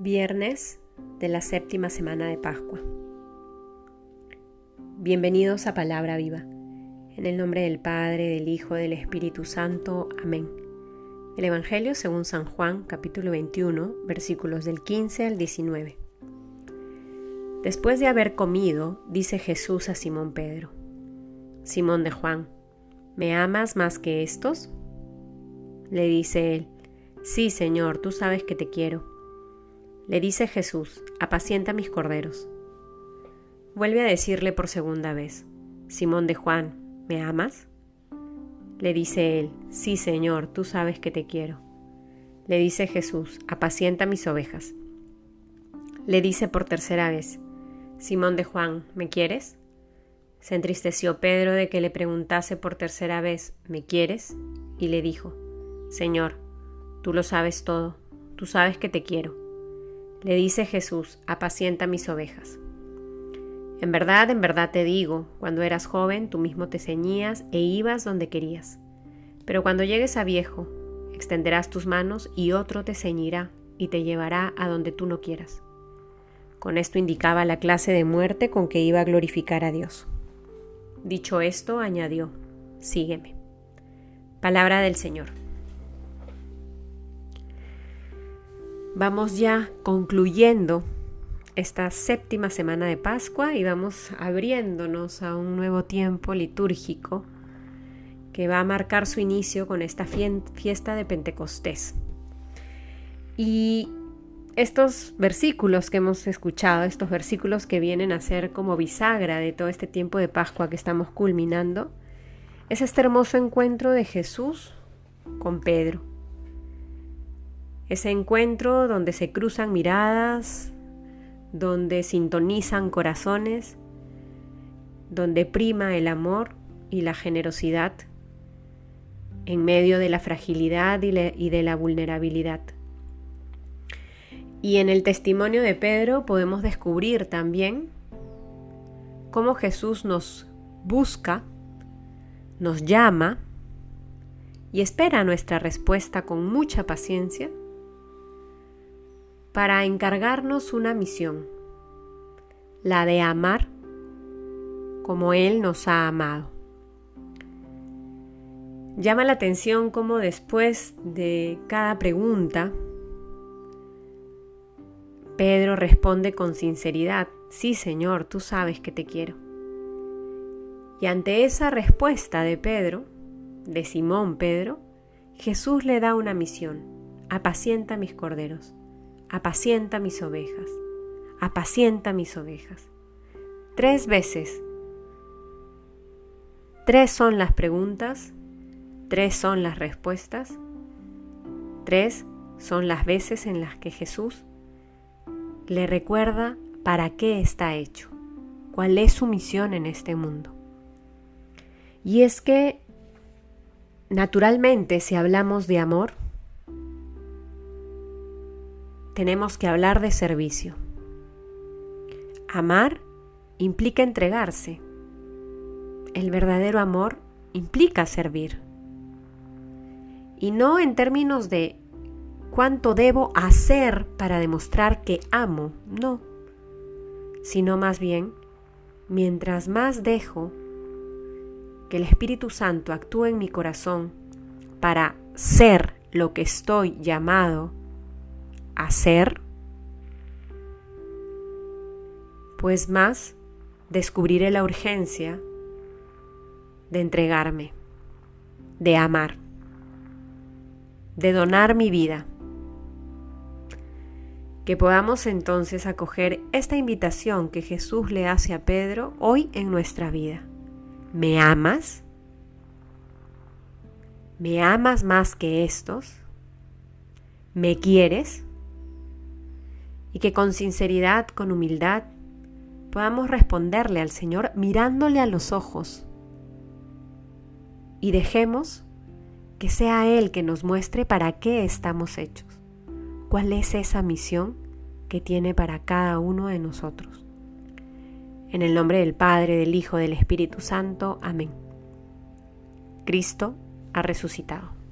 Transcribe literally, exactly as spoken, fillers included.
Viernes de la séptima semana de Pascua. Bienvenidos a Palabra Viva. En el nombre del Padre, del Hijo, del Espíritu Santo. Amén. El Evangelio según San Juan, capítulo veintiuno, versículos del quince al diecinueve. Después de haber comido, dice Jesús a Simón Pedro: Simón de Juan, ¿me amas más que estos? Le dice él: Sí, Señor, tú sabes que te quiero. Le dice Jesús: apacienta mis corderos. Vuelve a decirle por segunda vez: Simón de Juan, ¿me amas? Le dice él: Sí, Señor, tú sabes que te quiero. Le dice Jesús: apacienta mis ovejas. Le dice por tercera vez: Simón de Juan, ¿me quieres? Se entristeció Pedro de que le preguntase por tercera vez: ¿me quieres? Y le dijo: Señor, tú lo sabes todo, tú sabes que te quiero. Le dice Jesús: apacienta mis ovejas. En verdad, en verdad te digo, cuando eras joven tú mismo te ceñías e ibas donde querías. Pero cuando llegues a viejo, extenderás tus manos y otro te ceñirá y te llevará a donde tú no quieras. Con esto indicaba la clase de muerte con que iba a glorificar a Dios. Dicho esto, añadió: sígueme. Palabra del Señor. Vamos ya concluyendo esta séptima semana de Pascua y vamos abriéndonos a un nuevo tiempo litúrgico que va a marcar su inicio con esta fiesta de Pentecostés. Y estos versículos que hemos escuchado, estos versículos que vienen a ser como bisagra de todo este tiempo de Pascua que estamos culminando, es este hermoso encuentro de Jesús con Pedro. Ese encuentro donde se cruzan miradas, donde sintonizan corazones, donde prima el amor y la generosidad en medio de la fragilidad y, le, y de la vulnerabilidad. Y en el testimonio de Pedro podemos descubrir también cómo Jesús nos busca, nos llama y espera nuestra respuesta con mucha paciencia para encargarnos una misión, la de amar como Él nos ha amado. Llama la atención cómo después de cada pregunta, Pedro responde con sinceridad: sí, Señor, tú sabes que te quiero. Y ante esa respuesta de Pedro, de Simón Pedro, Jesús le da una misión: apacienta mis corderos. Apacienta mis ovejas, apacienta mis ovejas. Tres veces. Tres son las preguntas, tres son las respuestas, tres son las veces en las que Jesús le recuerda para qué está hecho, cuál es su misión en este mundo. Y es que, naturalmente, si hablamos de amor, tenemos que hablar de servicio. Amar implica entregarse. El verdadero amor implica servir. Y no en términos de cuánto debo hacer para demostrar que amo, no. Sino más bien, mientras más dejo que el Espíritu Santo actúe en mi corazón para ser lo que estoy llamado hacer, pues más descubriré la urgencia de entregarme, de amar, de donar mi vida. Que podamos entonces acoger esta invitación que Jesús le hace a Pedro hoy en nuestra vida. ¿Me amas? ¿Me amas más que estos? ¿Me quieres? Y que con sinceridad, con humildad, podamos responderle al Señor mirándole a los ojos. Y dejemos que sea Él que nos muestre para qué estamos hechos, cuál es esa misión que tiene para cada uno de nosotros. En el nombre del Padre, del Hijo, del Espíritu Santo. Amén. Cristo ha resucitado.